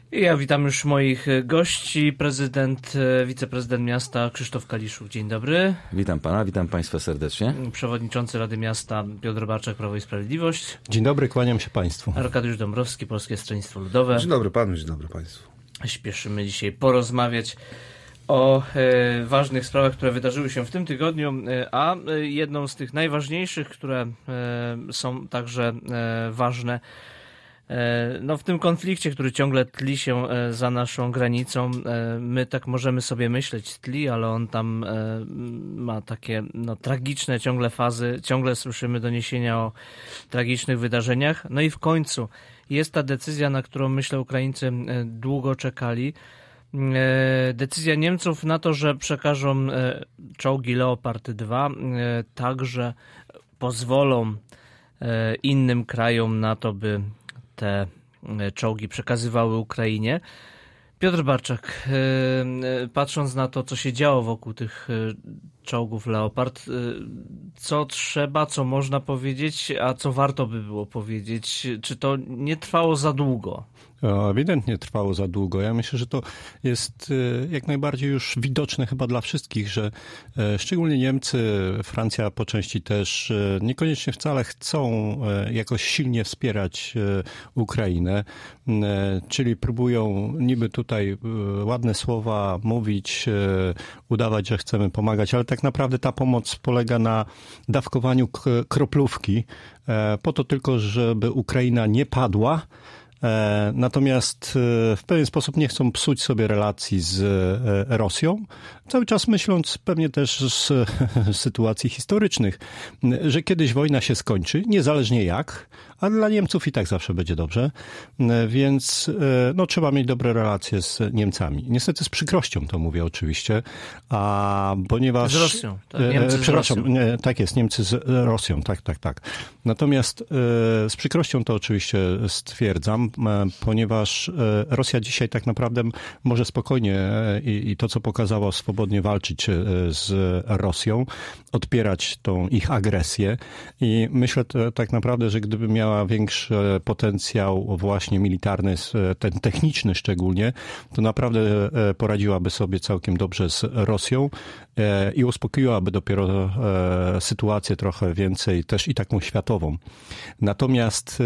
Ja witam już moich gości, wiceprezydent miasta Krzysztof Kaliszuk. Dzień dobry. Witam pana, witam państwa serdecznie. Przewodniczący Rady Miasta Piotr Barczak, Prawo i Sprawiedliwość. Dzień dobry, kłaniam się państwu. Arkadiusz Dąbrowski, Polskie Stronnictwo Ludowe. Dzień dobry panu, dzień dobry państwu. Śpieszymy dzisiaj porozmawiać o ważnych sprawach, które wydarzyły się w tym tygodniu, a jedną z tych najważniejszych, które są także ważne, w tym konflikcie, który ciągle tli się za naszą granicą, my tak możemy sobie myśleć, tli, ale on tam ma takie tragiczne ciągle fazy, ciągle słyszymy doniesienia o tragicznych wydarzeniach. No i w końcu jest ta decyzja, na którą, myślę, Ukraińcy długo czekali. Decyzja Niemców na to, że przekażą czołgi Leopard 2, także pozwolą innym krajom na to, by te czołgi przekazywały Ukrainie. Piotr Barczak, patrząc na to, co się działo wokół tych czołgów Leopard, co można powiedzieć, a co warto by było powiedzieć? Czy to nie trwało za długo? Ewidentnie trwało za długo. Ja myślę, że to jest jak najbardziej już widoczne chyba dla wszystkich, że szczególnie Niemcy, Francja po części też, niekoniecznie wcale chcą jakoś silnie wspierać Ukrainę, czyli próbują niby tutaj ładne słowa mówić, udawać, że chcemy pomagać, ale tak naprawdę ta pomoc polega na dawkowaniu kroplówki po to tylko, żeby Ukraina nie padła. Natomiast w pewien sposób nie chcą psuć sobie relacji z Rosją, cały czas myśląc pewnie też z sytuacji historycznych, że kiedyś wojna się skończy, niezależnie jak, a dla Niemców i tak zawsze będzie dobrze, więc trzeba mieć dobre relacje z Niemcami. Niestety z przykrością to mówię oczywiście, ponieważ... Z Rosją. Tak, Niemcy przepraszam, z Rosją. Tak jest, Niemcy z Rosją, tak. Natomiast z przykrością to oczywiście stwierdzam, ponieważ Rosja dzisiaj tak naprawdę może spokojnie i to, co pokazała, swobodnie walczyć z Rosją, odpierać tą ich agresję i myślę tak naprawdę, że gdyby miała większy potencjał właśnie militarny, ten techniczny szczególnie, to naprawdę poradziłaby sobie całkiem dobrze z Rosją i uspokoiłaby dopiero sytuację trochę więcej, też i taką światową. Natomiast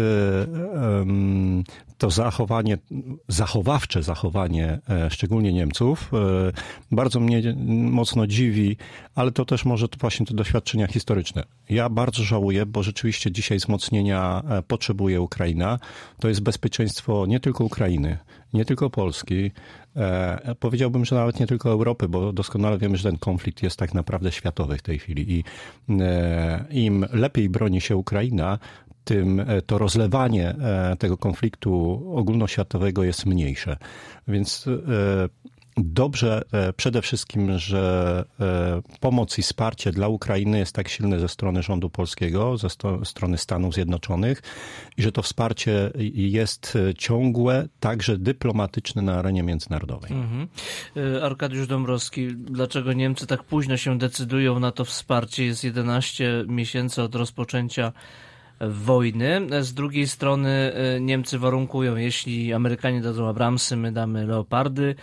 to zachowawcze zachowanie szczególnie Niemców bardzo mnie mocno dziwi, ale to też może to właśnie te doświadczenia historyczne. Ja bardzo żałuję, bo rzeczywiście dzisiaj wzmocnienia potrzebuje Ukraina. To jest bezpieczeństwo nie tylko Ukrainy, nie tylko Polski. Powiedziałbym, że nawet nie tylko Europy, bo doskonale wiemy, że ten konflikt jest tak naprawdę światowy w tej chwili i im lepiej broni się Ukraina, tym to rozlewanie tego konfliktu ogólnoświatowego jest mniejsze. Więc dobrze przede wszystkim, że pomoc i wsparcie dla Ukrainy jest tak silne ze strony rządu polskiego, ze strony Stanów Zjednoczonych i że to wsparcie jest ciągłe, także dyplomatyczne na arenie międzynarodowej. Arkadiusz Dąbrowski, dlaczego Niemcy tak późno się decydują na to wsparcie? Jest 11 miesięcy od rozpoczęcia wojny. Z drugiej strony Niemcy warunkują, jeśli Amerykanie dadzą Abramsy, my damy Leopardy.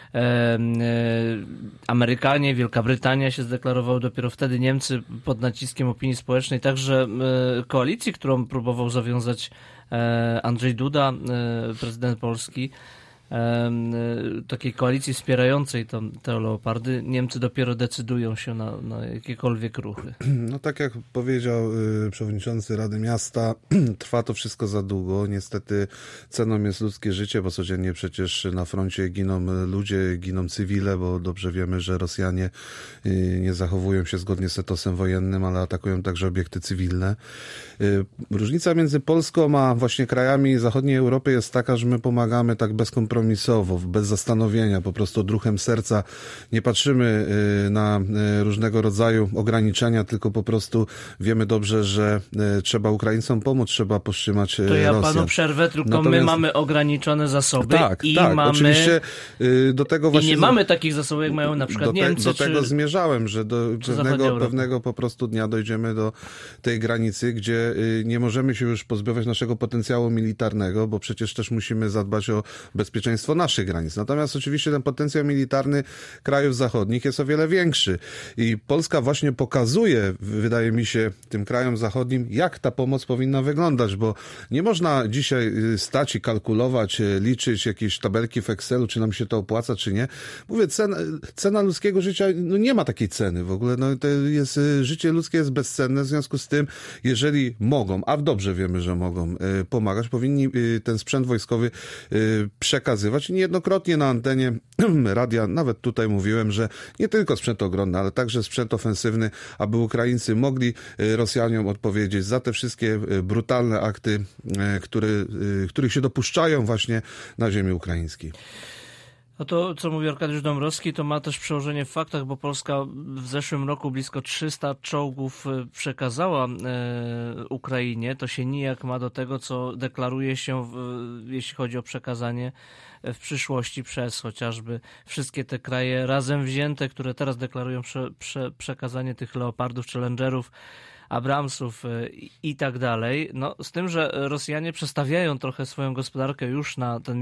Amerykanie, Wielka Brytania się zdeklarowały, dopiero wtedy Niemcy pod naciskiem opinii społecznej, także koalicji, którą próbował zawiązać Andrzej Duda, prezydent Polski, takiej koalicji wspierającej te Leopardy, Niemcy dopiero decydują się na jakiekolwiek ruchy. No tak jak powiedział przewodniczący Rady Miasta, trwa to wszystko za długo. Niestety ceną jest ludzkie życie, bo codziennie przecież na froncie giną ludzie, giną cywile, bo dobrze wiemy, że Rosjanie nie zachowują się zgodnie z etosem wojennym, ale atakują także obiekty cywilne. Różnica między Polską a właśnie krajami zachodniej Europy jest taka, że my pomagamy tak bezkompromisowo, bez zastanowienia, po prostu odruchem serca. Nie patrzymy na różnego rodzaju ograniczenia, tylko po prostu wiemy dobrze, że trzeba Ukraińcom pomóc, trzeba powstrzymać Rosjan. To ja panu przerwę, tylko my mamy ograniczone zasoby i mamy... Oczywiście do tego właśnie... I nie mamy takich zasobów, jak mają na przykład Niemcy. Do tego zmierzałem, że do pewnego po prostu dnia dojdziemy do tej granicy, gdzie nie możemy się już pozbywać naszego potencjału militarnego, bo przecież też musimy zadbać o bezpieczeństwo bezpieczeństwo naszych granic. Natomiast oczywiście ten potencjał militarny krajów zachodnich jest o wiele większy i Polska właśnie pokazuje, wydaje mi się, tym krajom zachodnim, jak ta pomoc powinna wyglądać, bo nie można dzisiaj stać i kalkulować, liczyć jakieś tabelki w Excelu, czy nam się to opłaca, czy nie. Mówię, cena ludzkiego życia, no nie ma takiej ceny w ogóle, no to jest, życie ludzkie jest bezcenne, w związku z tym, jeżeli mogą, a dobrze wiemy, że mogą pomagać, powinni ten sprzęt wojskowy przekazywać. I niejednokrotnie na antenie radia, nawet tutaj mówiłem, że nie tylko sprzęt obronny, ale także sprzęt ofensywny, aby Ukraińcy mogli Rosjanom odpowiedzieć za te wszystkie brutalne akty, których się dopuszczają właśnie na ziemi ukraińskiej. No to, co mówi Arkadiusz Dąbrowski, to ma też przełożenie w faktach, bo Polska w zeszłym roku blisko 300 czołgów przekazała Ukrainie. To się nijak ma do tego, co deklaruje się, jeśli chodzi o przekazanie w przyszłości przez chociażby wszystkie te kraje razem wzięte, które teraz deklarują przekazanie tych Leopardów, Challengerów, Abramsów i tak dalej. No, z tym, że Rosjanie przestawiają trochę swoją gospodarkę już na ten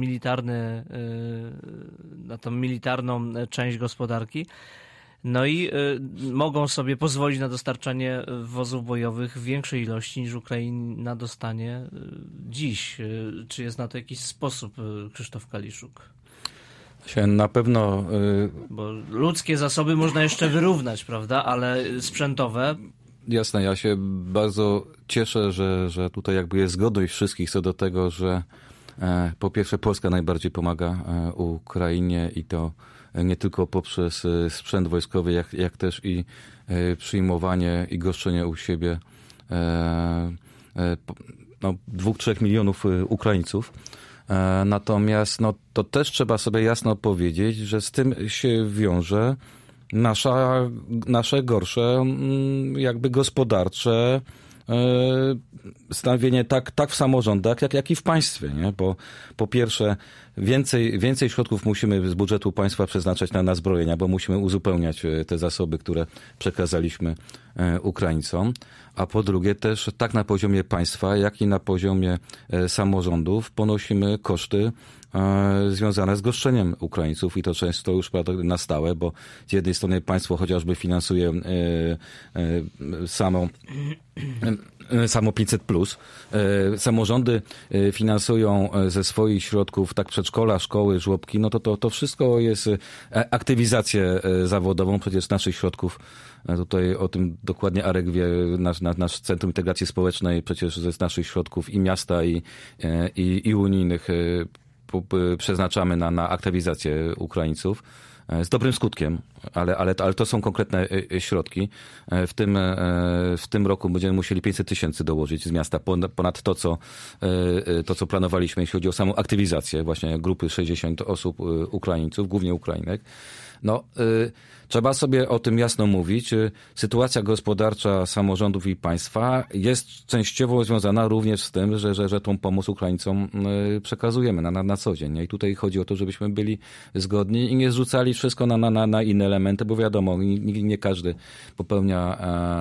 na tą militarną część gospodarki. No i mogą sobie pozwolić na dostarczanie wozów bojowych w większej ilości niż Ukraina dostanie dziś. Czy jest na to jakiś sposób, Krzysztof Kaliszuk? Na pewno... Bo ludzkie zasoby można jeszcze wyrównać, prawda? Ale sprzętowe... Jasne, ja się bardzo cieszę, że tutaj jakby jest zgodność wszystkich co do tego, że po pierwsze Polska najbardziej pomaga Ukrainie i to nie tylko poprzez sprzęt wojskowy, jak też i przyjmowanie i goszczenie u siebie 2-3 milionów Ukraińców. Natomiast to też trzeba sobie jasno powiedzieć, że z tym się wiąże nasze gorsze jakby gospodarcze stanowienie tak w samorządach, jak i w państwie, nie? Bo po pierwsze więcej środków musimy z budżetu państwa przeznaczać na zbrojenia, bo musimy uzupełniać te zasoby, które przekazaliśmy Ukraińcom, a po drugie też tak na poziomie państwa, jak i na poziomie samorządów ponosimy koszty związane z goszczeniem Ukraińców i to często już na stałe, bo z jednej strony państwo chociażby finansuje samo 500+. Samorządy finansują ze swoich środków tak przedszkola, szkoły, żłobki, no to wszystko jest aktywzację zawodową przecież naszych środków. Tutaj o tym dokładnie Arek wie, nasz Centrum Integracji Społecznej przecież z naszych środków i miasta i unijnych przeznaczamy na aktywizację Ukraińców. Z dobrym skutkiem, ale to są konkretne środki. W tym roku będziemy musieli 500 000 dołożyć z miasta ponad to, co planowaliśmy, jeśli chodzi o samą aktywizację właśnie grupy 60 osób Ukraińców, głównie Ukrainek. Trzeba sobie o tym jasno mówić. Sytuacja gospodarcza samorządów i państwa jest częściowo związana również z tym, że tą pomoc Ukraińcom przekazujemy na co dzień. I tutaj chodzi o to, żebyśmy byli zgodni i nie zrzucali wszystko na inne elementy, bo wiadomo, nie każdy popełnia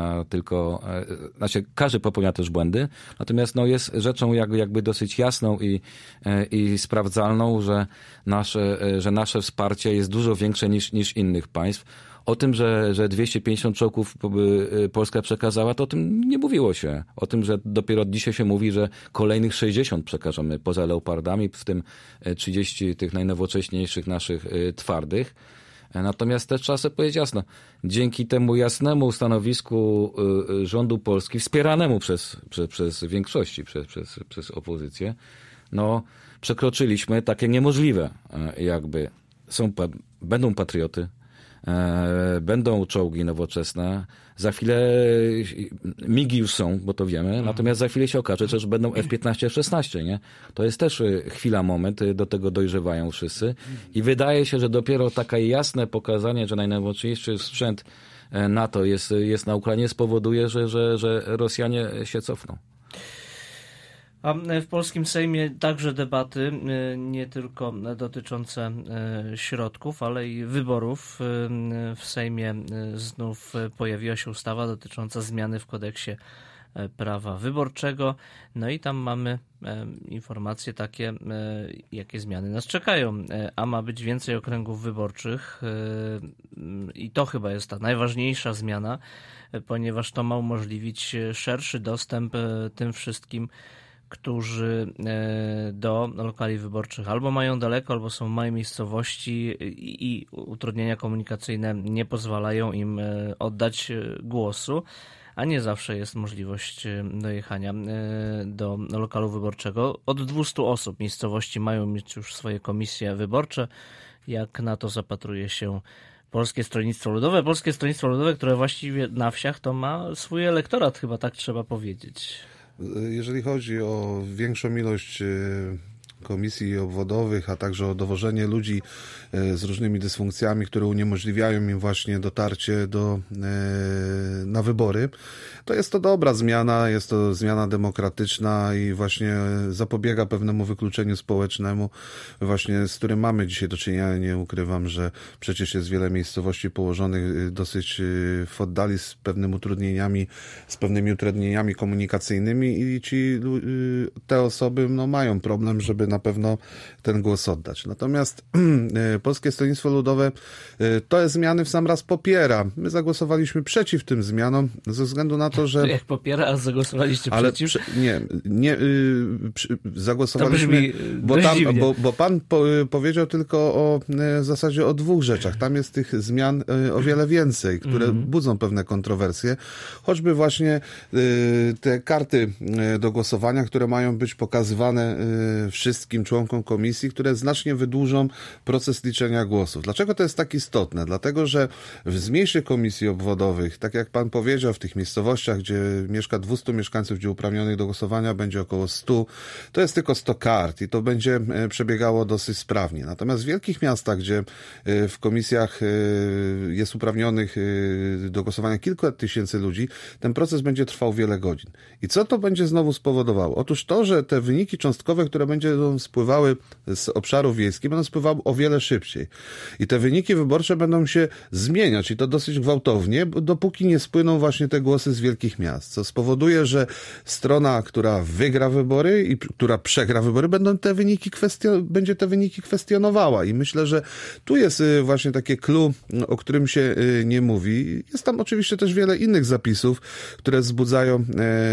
każdy popełnia też błędy, natomiast jest rzeczą jakby dosyć jasną i sprawdzalną, że nasze wsparcie jest dużo większe niż innych państw. O tym, że 250 czołgów Polska przekazała, to o tym nie mówiło się. O tym, że dopiero dzisiaj się mówi, że kolejnych 60 przekażemy poza Leopardami, w tym 30 tych najnowocześniejszych naszych twardych. Natomiast też trzeba sobie powiedzieć jasno, dzięki temu jasnemu stanowisku rządu Polski, wspieranemu przez większości, przez opozycję, przekroczyliśmy takie niemożliwe jakby. Będą patrioty, będą czołgi nowoczesne, za chwilę migi już są, bo to wiemy, natomiast za chwilę się okaże, że będą F-15, F-16, nie? To jest też chwila, moment, do tego dojrzewają wszyscy i wydaje się, że dopiero takie jasne pokazanie, że najnowocześniejszy sprzęt NATO jest na Ukrainie spowoduje, że Rosjanie się cofną. A w polskim Sejmie także debaty, nie tylko dotyczące środków, ale i wyborów. W Sejmie znów pojawiła się ustawa dotycząca zmiany w kodeksie prawa wyborczego. No i tam mamy informacje takie, jakie zmiany nas czekają. A ma być więcej okręgów wyborczych i to chyba jest ta najważniejsza zmiana, ponieważ to ma umożliwić szerszy dostęp tym wszystkim, którzy do lokali wyborczych albo mają daleko, albo są w małej miejscowości i utrudnienia komunikacyjne nie pozwalają im oddać głosu, a nie zawsze jest możliwość dojechania do lokalu wyborczego. Od 200 osób miejscowości mają mieć już swoje komisje wyborcze. Jak na to zapatruje się Polskie Stronnictwo Ludowe. Polskie Stronnictwo Ludowe, które właściwie na wsiach to ma swój elektorat, chyba tak trzeba powiedzieć. Jeżeli chodzi o większą ilość komisji obwodowych, a także o dowożenie ludzi z różnymi dysfunkcjami, które uniemożliwiają im właśnie dotarcie na wybory, to jest to dobra zmiana, jest to zmiana demokratyczna i właśnie zapobiega pewnemu wykluczeniu społecznemu, właśnie z którym mamy dzisiaj do czynienia. Nie ukrywam, że przecież jest wiele miejscowości położonych dosyć w oddali z pewnymi utrudnieniami komunikacyjnymi i te osoby mają problem, żeby na pewno ten głos oddać. Natomiast Polskie Stronnictwo Ludowe te zmiany w sam raz popiera. My zagłosowaliśmy przeciw tym zmianom ze względu na to, że... Jak popiera, a zagłosowaliście przeciw? Zagłosowaliśmy, bo pan powiedział tylko o w zasadzie o dwóch rzeczach. Tam jest tych zmian o wiele więcej, które budzą pewne kontrowersje. Choćby właśnie te karty do głosowania, które mają być pokazywane wszystkim członkom komisji, które znacznie wydłużą proces liczenia głosów. Dlaczego to jest tak istotne? Dlatego, że z mniejszych komisji obwodowych, tak jak pan powiedział, w tych miejscowościach, gdzie mieszka 200 mieszkańców, gdzie uprawnionych do głosowania będzie około 100, to jest tylko 100 kart i to będzie przebiegało dosyć sprawnie. Natomiast w wielkich miastach, gdzie w komisjach jest uprawnionych do głosowania kilka tysięcy ludzi, ten proces będzie trwał wiele godzin. I co to będzie znowu spowodowało? Otóż to, że te wyniki cząstkowe, które będą spływały z obszarów wiejskich, będą spływały o wiele szybciej. I te wyniki wyborcze będą się zmieniać i to dosyć gwałtownie, dopóki nie spłyną właśnie te głosy z wielkich miast, co spowoduje, że strona, która wygra wybory i która przegra wybory, będzie te wyniki kwestionowała. I myślę, że tu jest właśnie takie clue, o którym się nie mówi. Jest tam oczywiście też wiele innych zapisów, które wzbudzają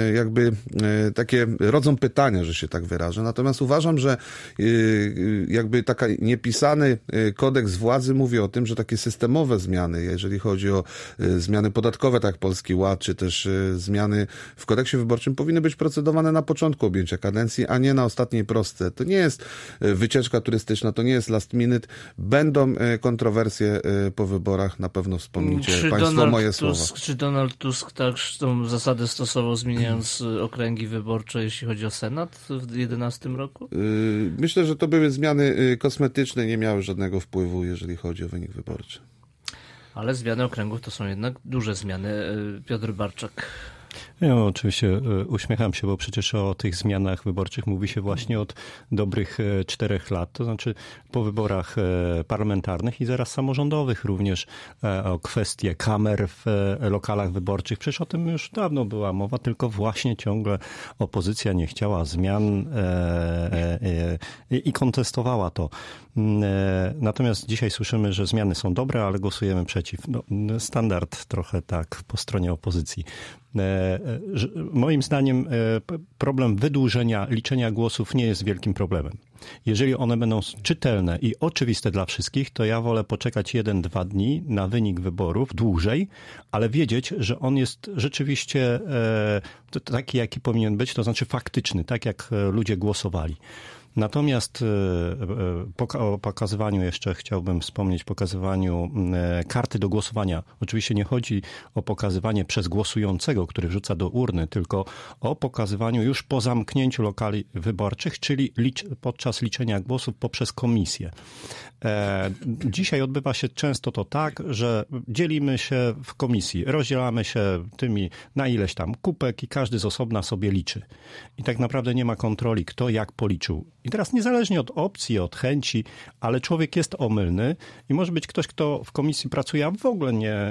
rodzą pytania, że się tak wyrażę. Natomiast uważam, że jakby taka niepisany kodeks władzy mówi o tym, że takie systemowe zmiany, jeżeli chodzi o zmiany podatkowe, tak jak Polski Ład, czy też zmiany w kodeksie wyborczym, powinny być procedowane na początku objęcia kadencji, a nie na ostatniej prostce. To nie jest wycieczka turystyczna, to nie jest last minute. Będą kontrowersje po wyborach, na pewno wspomnicie państwo moje słowa. Czy Donald Tusk też tą zasadę stosował, zmieniając okręgi wyborcze, jeśli chodzi o Senat w 2011 roku? Myślę, że to były zmiany kosmetyczne, nie miały żadnego wpływu, jeżeli chodzi o wynik wyborczy. Ale zmiany okręgów to są jednak duże zmiany. Piotr Barczak. Ja oczywiście uśmiecham się, bo przecież o tych zmianach wyborczych mówi się właśnie od dobrych 4 lat, to znaczy po wyborach parlamentarnych i zaraz samorządowych również o kwestie kamer w lokalach wyborczych. Przecież o tym już dawno była mowa, tylko właśnie ciągle opozycja nie chciała zmian i kontestowała to. Natomiast dzisiaj słyszymy, że zmiany są dobre, ale głosujemy przeciw. Standard trochę tak po stronie opozycji. Moim zdaniem problem wydłużenia liczenia głosów nie jest wielkim problemem. Jeżeli one będą czytelne i oczywiste dla wszystkich, to ja wolę poczekać 1-2 dni na wynik wyborów dłużej, ale wiedzieć, że on jest rzeczywiście taki, jaki powinien być, to znaczy faktyczny, tak jak ludzie głosowali. Natomiast o pokazywaniu jeszcze chciałbym wspomnieć, pokazywaniu karty do głosowania. Oczywiście nie chodzi o pokazywanie przez głosującego, który wrzuca do urny, tylko o pokazywaniu już po zamknięciu lokali wyborczych, czyli podczas liczenia głosów poprzez komisję. Dzisiaj odbywa się często to tak, że dzielimy się w komisji, rozdzielamy się tymi na ileś tam kupek i każdy z osobna sobie liczy. I tak naprawdę nie ma kontroli, kto jak policzył. I teraz niezależnie od opcji, od chęci, ale człowiek jest omylny i może być ktoś, kto w komisji pracuje, a w ogóle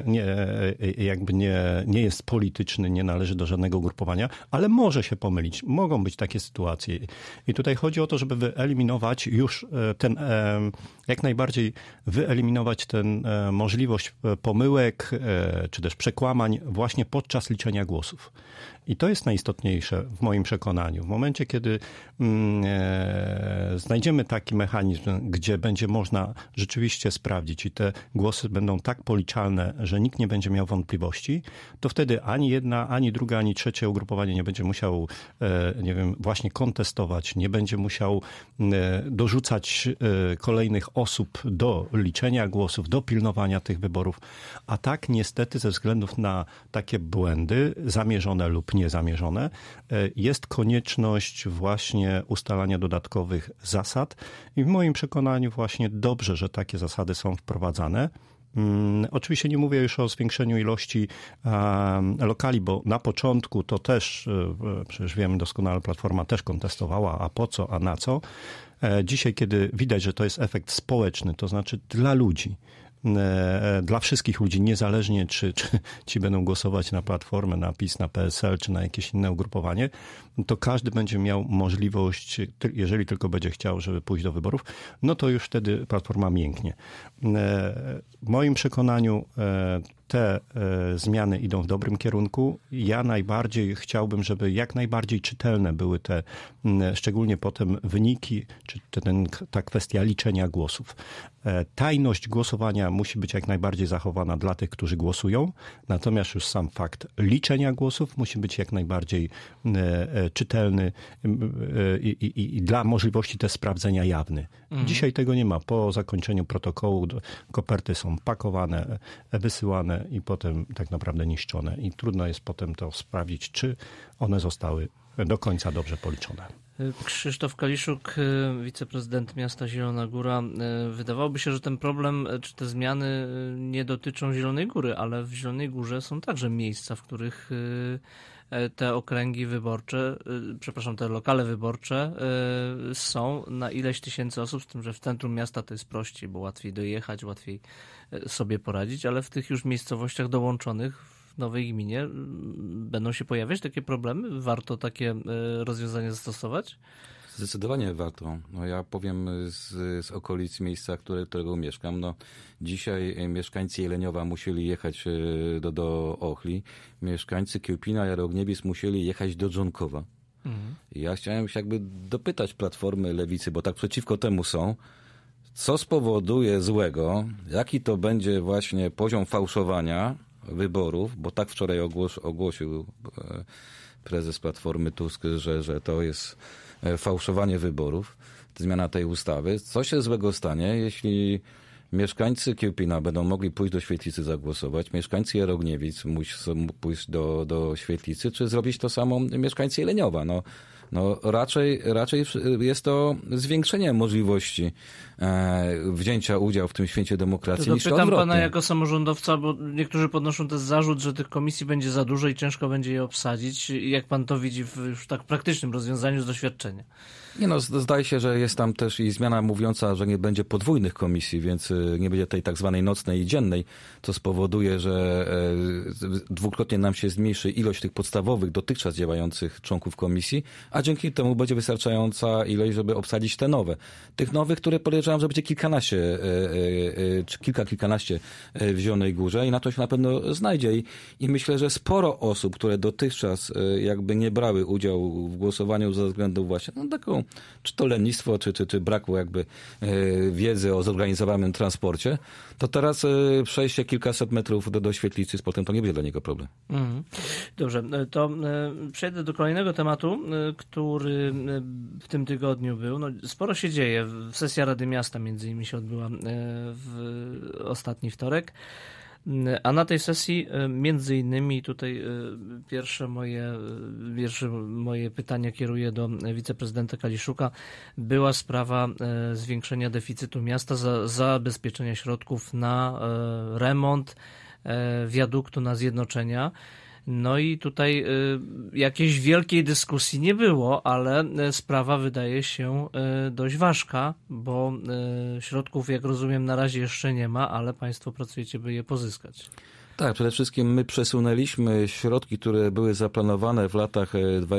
nie jest polityczny, nie należy do żadnego ugrupowania, ale może się pomylić. Mogą być takie sytuacje. I tutaj chodzi o to, żeby wyeliminować już jak najbardziej wyeliminować możliwość pomyłek, czy też przekłamań właśnie podczas liczenia głosów. I to jest najistotniejsze w moim przekonaniu. W momencie, kiedy znajdziemy taki mechanizm, gdzie będzie można rzeczywiście sprawdzić i te głosy będą tak policzalne, że nikt nie będzie miał wątpliwości, to wtedy ani jedna, ani druga, ani trzecie ugrupowanie nie będzie musiał, właśnie kontestować, nie będzie musiał dorzucać kolejnych osób do liczenia głosów, do pilnowania tych wyborów. A tak niestety ze względów na takie błędy, zamierzone lub niezamierzone, jest konieczność właśnie ustalania dodatkowych zasad i w moim przekonaniu właśnie dobrze, że takie zasady są wprowadzane. Oczywiście nie mówię już o zwiększeniu ilości lokali, bo na początku to też, przecież wiemy doskonale, Platforma też kontestowała, a po co, a na co. Dzisiaj, kiedy widać, że to jest efekt społeczny, to znaczy dla ludzi, dla wszystkich ludzi, niezależnie czy ci będą głosować na Platformę, na PiS, na PSL, czy na jakieś inne ugrupowanie, to każdy będzie miał możliwość, jeżeli tylko będzie chciał, żeby pójść do wyborów, no to już wtedy Platforma mięknie. W moim przekonaniu te zmiany idą w dobrym kierunku. Ja najbardziej chciałbym, żeby jak najbardziej czytelne były te, szczególnie potem wyniki, czy ta kwestia liczenia głosów. Tajność głosowania musi być jak najbardziej zachowana dla tych, którzy głosują, natomiast już sam fakt liczenia głosów musi być jak najbardziej czytelny i dla możliwości też sprawdzenia jawny. Dzisiaj tego nie ma. Po zakończeniu protokołu koperty są pakowane, wysyłane i potem tak naprawdę niszczone. I trudno jest potem to sprawdzić, czy one zostały do końca dobrze policzone. Krzysztof Kaliszuk, wiceprezydent miasta Zielona Góra. Wydawałoby się, że ten problem, czy te zmiany nie dotyczą Zielonej Góry, ale w Zielonej Górze są także miejsca, w których te okręgi wyborcze, te lokale wyborcze są na ileś tysięcy osób, z tym, że w centrum miasta to jest prościej, bo łatwiej dojechać, łatwiej sobie poradzić, ale w tych już miejscowościach dołączonych w nowej gminie będą się pojawiać takie problemy? Warto takie rozwiązanie zastosować? Zdecydowanie warto. No ja powiem z okolic miejsca, którego mieszkam. No, dzisiaj mieszkańcy Jeleniowa musieli jechać do Ochli. Mieszkańcy Kiełpina, Jarogniewic musieli jechać do Dżonkowa. Ja chciałem się dopytać Platformy, Lewicy, bo tak przeciwko temu są. Co spowoduje złego? Jaki to będzie właśnie poziom fałszowania wyborów? Bo tak wczoraj ogłosił prezes Platformy Tusk, że to jest fałszowanie wyborów, zmiana tej ustawy. Co się złego stanie, jeśli mieszkańcy Kiełpina będą mogli pójść do Świetlicy zagłosować, mieszkańcy Jarogniewic muszą pójść do Świetlicy, czy zrobić to samo mieszkańcy Jeleniowa? No raczej jest to zwiększenie możliwości wzięcia udziału w tym święcie demokracji niż odwrotnie. Pytam pana jako samorządowca, bo niektórzy podnoszą też zarzut, że tych komisji będzie za dużo i ciężko będzie je obsadzić. Jak pan to widzi w już tak praktycznym rozwiązaniu z doświadczenia? Zdaje się, że jest tam też i zmiana mówiąca, że nie będzie podwójnych komisji, więc nie będzie tej tak zwanej nocnej i dziennej, co spowoduje, że dwukrotnie nam się zmniejszy ilość tych podstawowych, dotychczas działających członków komisji, a dzięki temu będzie wystarczająca ilość, żeby obsadzić te nowe. Tych nowych, które podejrzewam, że będzie kilkanaście, czy kilkanaście w Zielonej Górze i na to się na pewno znajdzie. I myślę, że sporo osób, które dotychczas nie brały udziału w głosowaniu ze względu właśnie taką czy to lenistwo, czy braku wiedzy o zorganizowanym transporcie, to teraz przejście kilkaset metrów do Świetlicy z potem to nie będzie dla niego problem. Dobrze, to przejdę do kolejnego tematu, który w tym tygodniu był. Sporo się dzieje. Sesja Rady Miasta między innymi się odbyła w ostatni wtorek. A na tej sesji między innymi tutaj pierwsze moje pytania kieruję do wiceprezydenta Kaliszuka. Była sprawa zwiększenia deficytu miasta, zabezpieczenia środków na remont wiaduktu na Zjednoczenia. No i tutaj jakiejś wielkiej dyskusji nie było, ale sprawa wydaje się dość ważka, bo środków, jak rozumiem, na razie jeszcze nie ma, ale państwo pracujecie, by je pozyskać. Tak, przede wszystkim my przesunęliśmy środki, które były zaplanowane w latach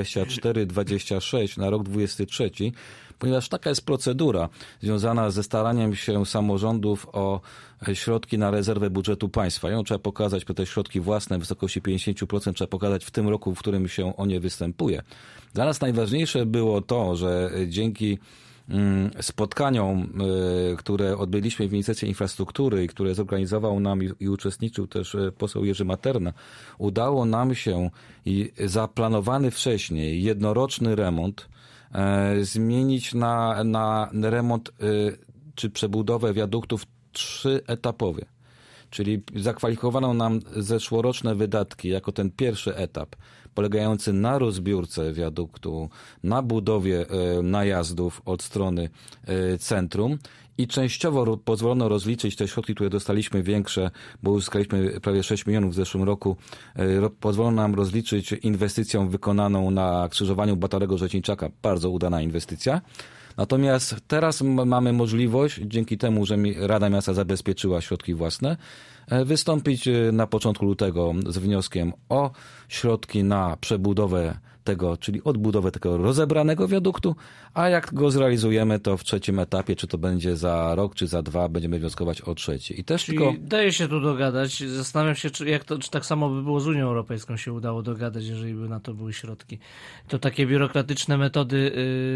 24-26 na rok 23, ponieważ taka jest procedura związana ze staraniem się samorządów o środki na rezerwę budżetu państwa. Ją trzeba pokazać, te środki własne w wysokości 50% trzeba pokazać w tym roku, w którym się o nie występuje. Dla nas najważniejsze było to, że dzięki spotkaniom, które odbyliśmy w Ministerstwie Infrastruktury i które zorganizował nam i uczestniczył też poseł Jerzy Materna, udało nam się zaplanowany wcześniej jednoroczny remont zmienić na remont czy przebudowę wiaduktów 3-etapowy. Czyli zakwalifikowano nam zeszłoroczne wydatki jako ten pierwszy etap, polegający na rozbiórce wiaduktu, na budowie najazdów od strony centrum i częściowo pozwolono rozliczyć te środki, które dostaliśmy większe, bo uzyskaliśmy prawie 6 milionów w zeszłym roku. Pozwolono nam rozliczyć inwestycją wykonaną na skrzyżowaniu Batorego Rzeźniczaka. Bardzo udana inwestycja. Natomiast teraz mamy możliwość, dzięki temu, że Rada Miasta zabezpieczyła środki własne, wystąpić na początku lutego z wnioskiem o środki na przebudowę tego, czyli odbudowę tego rozebranego wiaduktu, a jak go zrealizujemy, to w trzecim etapie, czy to będzie za rok, czy za 2, będziemy wnioskować o trzeci. I też czyli tylko daje się tu dogadać. Zastanawiam się, czy tak samo by było z Unią Europejską się udało dogadać, jeżeli by na to były środki. To takie biurokratyczne metody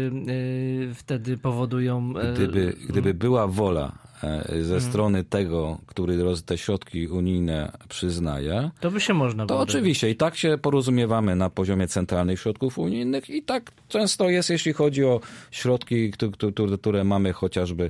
wtedy powodują... Gdyby była wola ze strony tego, który te środki unijne przyznaje, to by się można było. To oczywiście i tak się porozumiewamy na poziomie centralnych środków unijnych i tak często jest, jeśli chodzi o środki, które mamy chociażby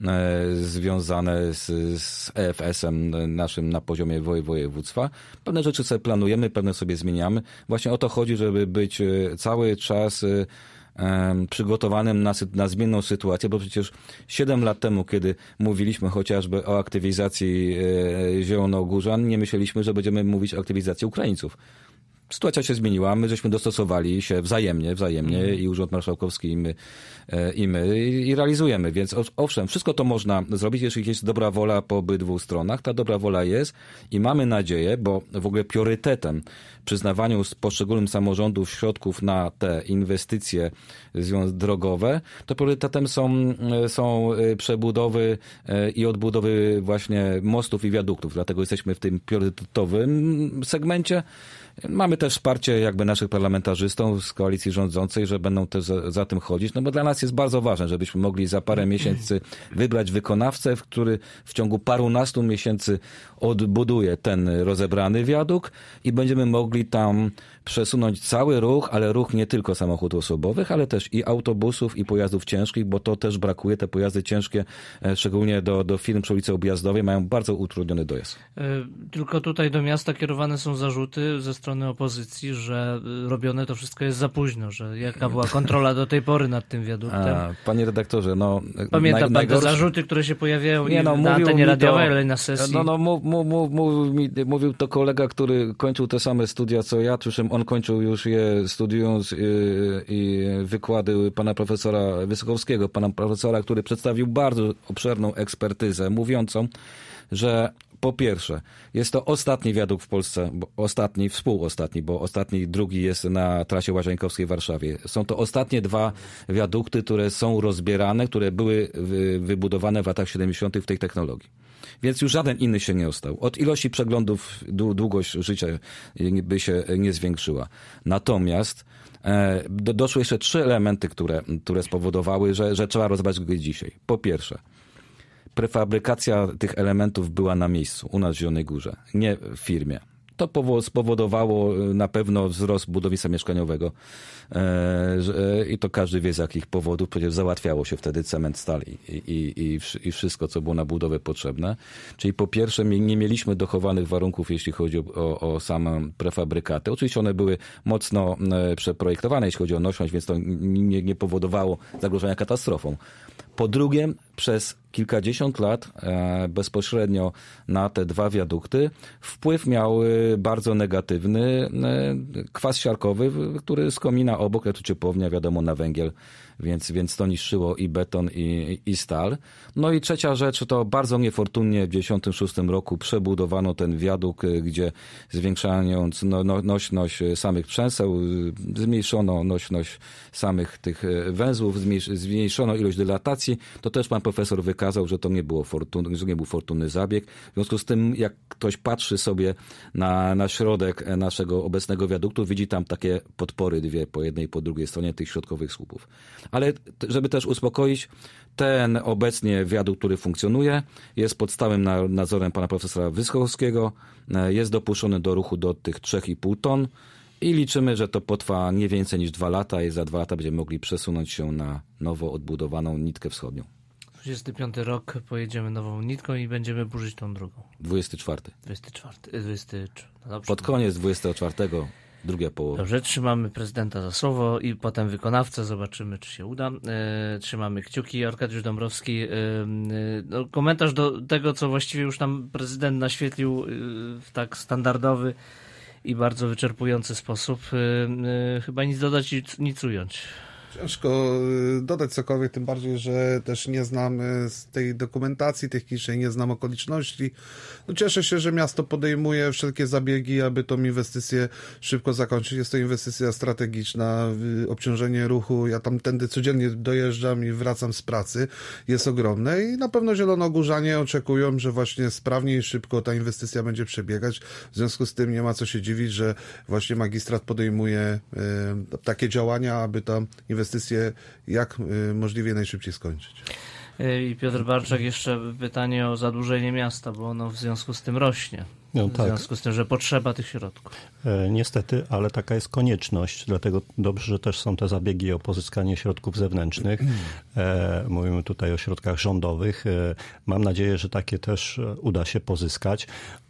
związane z EFS-em naszym na poziomie województwa. Pewne rzeczy sobie planujemy, pewne sobie zmieniamy. Właśnie o to chodzi, żeby być cały czas przygotowanym na zmienną sytuację, bo przecież 7 lat temu, kiedy mówiliśmy chociażby o aktywizacji Zielonogórzan, nie myśleliśmy, że będziemy mówić o aktywizacji Ukraińców. Sytuacja się zmieniła, my żeśmy dostosowali się wzajemnie i Urząd Marszałkowski i my realizujemy, więc owszem, wszystko to można zrobić, jeżeli jest dobra wola po obydwu stronach, ta dobra wola jest i mamy nadzieję, bo w ogóle priorytetem przyznawaniu poszczególnym samorządów środków na te inwestycje drogowe, to priorytetem są przebudowy i odbudowy właśnie mostów i wiaduktów, dlatego jesteśmy w tym priorytetowym segmencie. Mamy też wsparcie jakby naszych parlamentarzystów z koalicji rządzącej, że będą też za tym chodzić, no bo dla nas jest bardzo ważne, żebyśmy mogli za parę miesięcy wybrać wykonawcę, który w ciągu parunastu miesięcy odbuduje ten rozebrany wiadukt i będziemy mogli tam przesunąć cały ruch, ale ruch nie tylko samochodów osobowych, ale też i autobusów, i pojazdów ciężkich, bo to też brakuje. Te pojazdy ciężkie, szczególnie do firm przy ulicy Objazdowej, mają bardzo utrudniony dojazd. Tylko tutaj do miasta kierowane są zarzuty ze strony opozycji, że robione to wszystko jest za późno, że jaka była kontrola do tej pory nad tym wiaduktem. Panie redaktorze, no... Pamiętam pan te zarzuty, które się pojawiają na antenie radiowej, ale i na sesji. Mówił to kolega, który kończył te same studia co ja, przy czym on kończył już je studiując i wykłady pana profesora Wysokowskiego, pana profesora, który przedstawił bardzo obszerną ekspertyzę, mówiącą, że po pierwsze, jest to ostatni wiadukt w Polsce, współostatni, bo drugi jest na trasie Łazienkowskiej w Warszawie. Są to ostatnie 2 wiadukty, które są rozbierane, które były wybudowane w latach 70. w tej technologii. Więc już żaden inny się nie ostał. Od ilości przeglądów długość życia by się nie zwiększyła. Natomiast doszły jeszcze 3 elementy, które spowodowały, że trzeba rozbrać go dzisiaj. Po pierwsze, prefabrykacja tych elementów była na miejscu, u nas w Zielonej Górze, nie w firmie. To spowodowało na pewno wzrost budownictwa mieszkaniowego i to każdy wie z jakich powodów, przecież załatwiało się wtedy cement, stal i wszystko, co było na budowę potrzebne. Czyli po pierwsze nie mieliśmy dochowanych warunków, jeśli chodzi o same prefabrykaty. Oczywiście one były mocno przeprojektowane, jeśli chodzi o nośność, więc to nie powodowało zagrożenia katastrofą. Po drugie, przez kilkadziesiąt lat bezpośrednio na te dwa wiadukty wpływ miał bardzo negatywny kwas siarkowy, który z komina obok, jak tu ciepłownia, wiadomo, na węgiel, więc to niszczyło i beton, i stal. No i trzecia rzecz, to bardzo niefortunnie w 1996 roku przebudowano ten wiadukt, gdzie zwiększając nośność samych przęseł, zmniejszono nośność samych tych węzłów, zmniejszono ilość dylatacji. To też pan profesor wykazał, że to nie był fortunny zabieg. W związku z tym, jak ktoś patrzy sobie na środek naszego obecnego wiaduktu, widzi tam takie podpory dwie po jednej i po drugiej stronie tych środkowych słupów. Ale żeby też uspokoić, ten obecnie wiadukt, który funkcjonuje, jest pod stałym nadzorem pana profesora Wyschowskiego, jest dopuszczony do ruchu do tych 3,5 ton i liczymy, że to potrwa nie więcej niż 2 lata i za 2 lata będziemy mogli przesunąć się na nowo odbudowaną nitkę wschodnią. 25 rok pojedziemy nową nitką i będziemy burzyć tą drugą. 24. Dobrze. Pod koniec 24. Druga połowa. Dobrze, trzymamy prezydenta za słowo i potem wykonawcę. Zobaczymy, czy się uda. Trzymamy kciuki. Arkadiusz Dąbrowski. Komentarz do tego, co właściwie już nam prezydent naświetlił w tak standardowy i bardzo wyczerpujący sposób. Chyba nic dodać i nic ująć. Ciężko dodać cokolwiek, tym bardziej, że też nie znam z tej dokumentacji technicznej, nie znam okoliczności. No cieszę się, że miasto podejmuje wszelkie zabiegi, aby tą inwestycję szybko zakończyć. Jest to inwestycja strategiczna, obciążenie ruchu. Ja tam tędy codziennie dojeżdżam i wracam z pracy. Jest ogromne i na pewno zielonogórzanie oczekują, że właśnie sprawnie i szybko ta inwestycja będzie przebiegać. W związku z tym nie ma co się dziwić, że właśnie magistrat podejmuje takie działania, aby ta inwestycję jak możliwie najszybciej skończyć. I Piotr Barczak, jeszcze pytanie o zadłużenie miasta, bo ono w związku z tym rośnie. No, w związku z tym, że potrzeba tych środków. Niestety, ale taka jest konieczność, dlatego dobrze, że też są te zabiegi o pozyskanie środków zewnętrznych. Mówimy tutaj o środkach rządowych. Mam nadzieję, że takie też uda się pozyskać,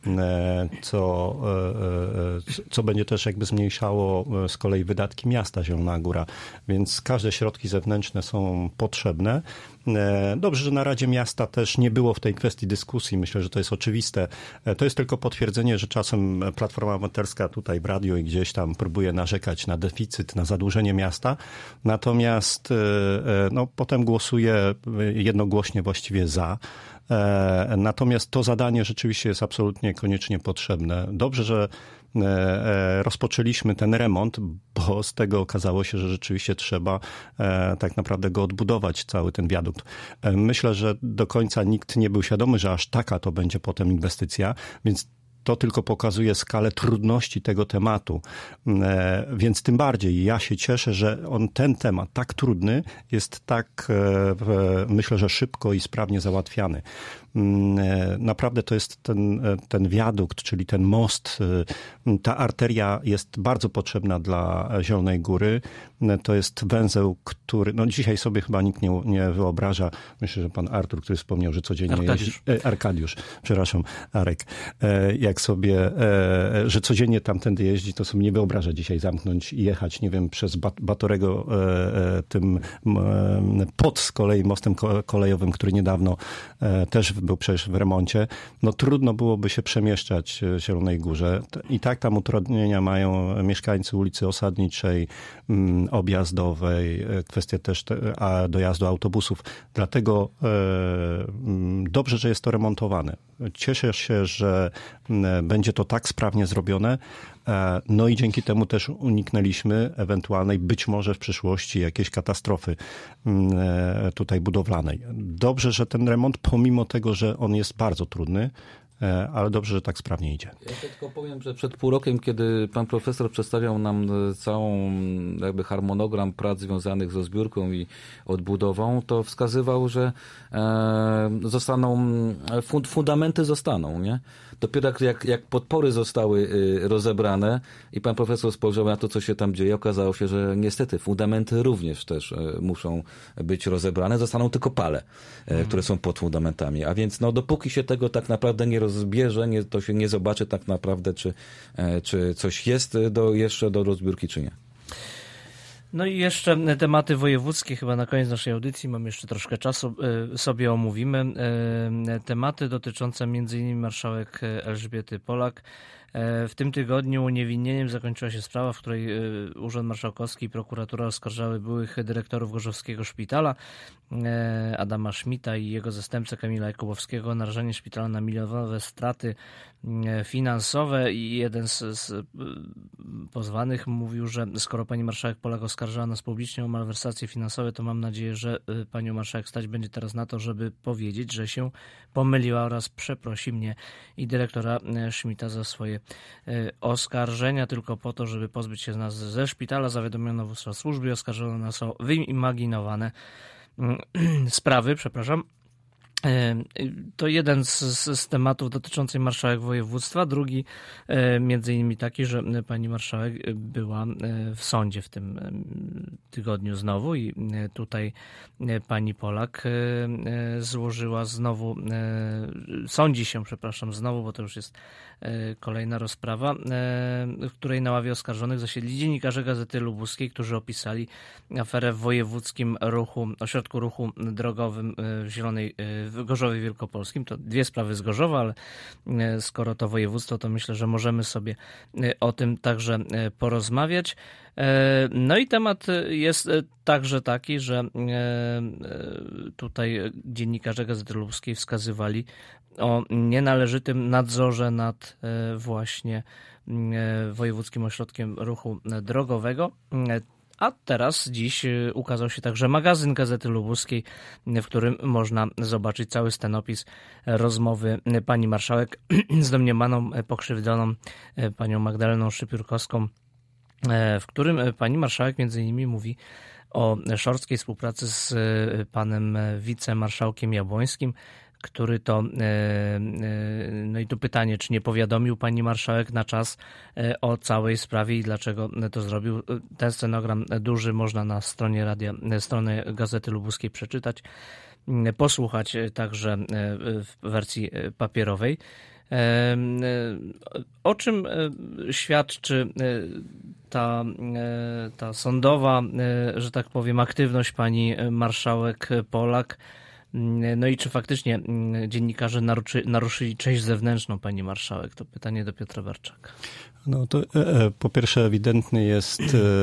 co będzie też jakby zmniejszało z kolei wydatki miasta Zielona Góra, więc każde środki zewnętrzne są potrzebne. Dobrze, że na Radzie Miasta też nie było w tej kwestii dyskusji. Myślę, że to jest oczywiste. To jest tylko potwierdzenie, że czasem Platforma Obywatelska tutaj w radiu i gdzieś tam próbuje narzekać na deficyt, na zadłużenie miasta. Natomiast potem głosuje jednogłośnie właściwie za. Natomiast to zadanie rzeczywiście jest absolutnie koniecznie potrzebne. Dobrze, że rozpoczęliśmy ten remont, bo z tego okazało się, że rzeczywiście trzeba tak naprawdę go odbudować, cały ten wiadukt. Myślę, że do końca nikt nie był świadomy, że aż taka to będzie potem inwestycja, więc to tylko pokazuje skalę trudności tego tematu. Więc tym bardziej ja się cieszę, że ten temat tak trudny jest tak, myślę, że szybko i sprawnie załatwiany. Naprawdę to jest ten wiadukt, czyli ten most, ta arteria jest bardzo potrzebna dla Zielonej Góry. To jest węzeł, który dzisiaj sobie chyba nikt nie wyobraża. Myślę, że pan Artur, który wspomniał, że codziennie Arkadiusz, przepraszam, Arek. Jak sobie, że codziennie tamtędy jeździ, to sobie nie wyobraża dzisiaj zamknąć i jechać, nie wiem, przez Batorego tym pod z kolei mostem kolejowym, który niedawno też był przecież w remoncie. No trudno byłoby się przemieszczać w Zielonej Górze. I tak tam utrudnienia mają mieszkańcy ulicy Osadniczej, Objazdowej, kwestie też dojazdu autobusów. Dlatego dobrze, że jest to remontowane. Cieszę się, że będzie to tak sprawnie zrobione. No i dzięki temu też uniknęliśmy ewentualnej, być może w przyszłości, jakiejś katastrofy tutaj budowlanej. Dobrze, że ten remont, pomimo tego, że on jest bardzo trudny, ale dobrze, że tak sprawnie idzie. Ja tylko powiem, że przed pół rokiem, kiedy pan profesor przedstawiał nam całą jakby harmonogram prac związanych ze zbiórką i odbudową, to wskazywał, że fundamenty zostaną, nie? Dopiero jak podpory zostały rozebrane i pan profesor spojrzał na to, co się tam dzieje, okazało się, że niestety fundamenty również też muszą być rozebrane, zostaną tylko pale, które są pod fundamentami. A więc dopóki się tego tak naprawdę nie rozbierze, to się nie zobaczy tak naprawdę, czy coś jest jeszcze do rozbiórki, czy nie. No i jeszcze tematy wojewódzkie, chyba na koniec naszej audycji, mam jeszcze troszkę czasu, sobie omówimy. Tematy dotyczące m.in. marszałek Elżbiety Polak. W tym tygodniu uniewinnieniem zakończyła się sprawa, w której Urząd Marszałkowski i prokuratura oskarżały byłych dyrektorów Gorzowskiego Szpitala, Adama Schmidta i jego zastępcę Kamila Jakubowskiego, o narażenie szpitala na milionowe straty finansowe, i jeden z pozwanych mówił, że skoro pani marszałek Polak oskarżała nas publicznie o malwersacje finansowe, to mam nadzieję, że panią marszałek stać będzie teraz na to, żeby powiedzieć, że się pomyliła oraz przeprosi mnie i dyrektora Schmidta za swoje oskarżenia, tylko po to, żeby pozbyć się nas ze szpitala. Zawiadomiono wówczas służby i oskarżono nas o wyimaginowane sprawy, To jeden z tematów dotyczących marszałek województwa. Drugi między innymi taki, że pani marszałek była w sądzie w tym tygodniu znowu i tutaj pani Polak złożyła znowu, sądzi się, znowu, bo to już jest kolejna rozprawa, w której na ławie oskarżonych zasiedli dziennikarze Gazety Lubuskiej, którzy opisali aferę w wojewódzkim ośrodku ruchu drogowym w Gorzowie Wielkopolskim. To dwie sprawy z Gorzowa, ale skoro to województwo, to myślę, że możemy sobie o tym także porozmawiać. No i temat jest także taki, że tutaj dziennikarze Gazety Lubuskiej wskazywali o nienależytym nadzorze nad właśnie Wojewódzkim Ośrodkiem Ruchu Drogowego. A dziś ukazał się także magazyn Gazety Lubuskiej, w którym można zobaczyć cały scenopis rozmowy pani marszałek z domniemaną pokrzywdzoną panią Magdaleną Szypiórkowską, w którym pani marszałek między innymi mówi o szorstkiej współpracy z panem wicemarszałkiem Jabłońskim, który to, no i tu pytanie, czy nie powiadomił pani marszałek na czas o całej sprawie i dlaczego to zrobił. Ten scenogram duży można na stronie stronę Gazety Lubuskiej przeczytać, posłuchać także w wersji papierowej. O czym świadczy ta sądowa, że tak powiem, aktywność pani marszałek Polak? No i czy faktycznie dziennikarze naruszyli cześć zewnętrzną pani marszałek? To pytanie do Piotra Warczaka. No to po pierwsze ewidentny jest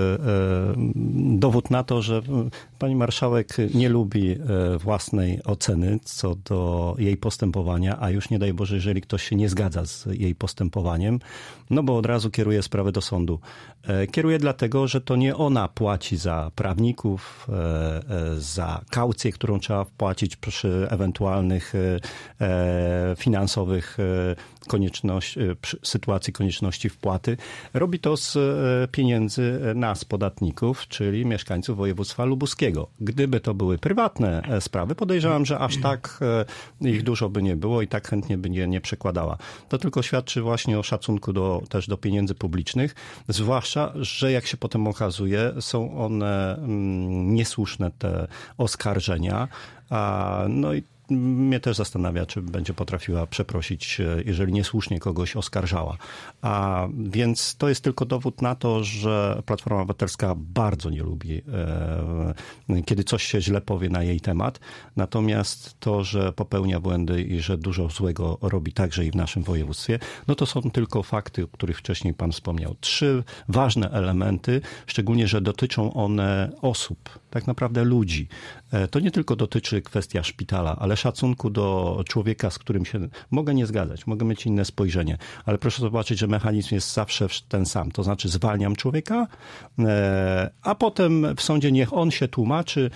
dowód na to, że pani marszałek nie lubi własnej oceny co do jej postępowania, a już nie daj Boże, jeżeli ktoś się nie zgadza z jej postępowaniem, no bo od razu kieruje sprawę do sądu. Kieruje dlatego, że to nie ona płaci za prawników, za kaucję, którą trzeba wpłacić przy ewentualnych finansowych sytuacji konieczności wpłaty. Robi to z pieniędzy nas, podatników, czyli mieszkańców województwa lubuskiego. Gdyby to były prywatne sprawy, podejrzewam, że aż tak ich dużo by nie było i tak chętnie by nie przekładała. To tylko świadczy właśnie o szacunku też do pieniędzy publicznych, zwłaszcza, że jak się potem okazuje, są one niesłuszne, te oskarżenia. No i mnie też zastanawia, czy będzie potrafiła przeprosić, jeżeli niesłusznie kogoś oskarżała. A więc to jest tylko dowód na to, że Platforma Obywatelska bardzo nie lubi, kiedy coś się źle powie na jej temat. Natomiast to, że popełnia błędy i że dużo złego robi także i w naszym województwie, no to są tylko fakty, o których wcześniej pan wspomniał. 3 ważne elementy, szczególnie, że dotyczą one osób, tak naprawdę ludzi. To nie tylko dotyczy kwestia szpitala, ale szacunku do człowieka, z którym się mogę nie zgadzać, mogę mieć inne spojrzenie, ale proszę zobaczyć, że mechanizm jest zawsze ten sam. To znaczy zwalniam człowieka, a potem w sądzie niech on się tłumaczy,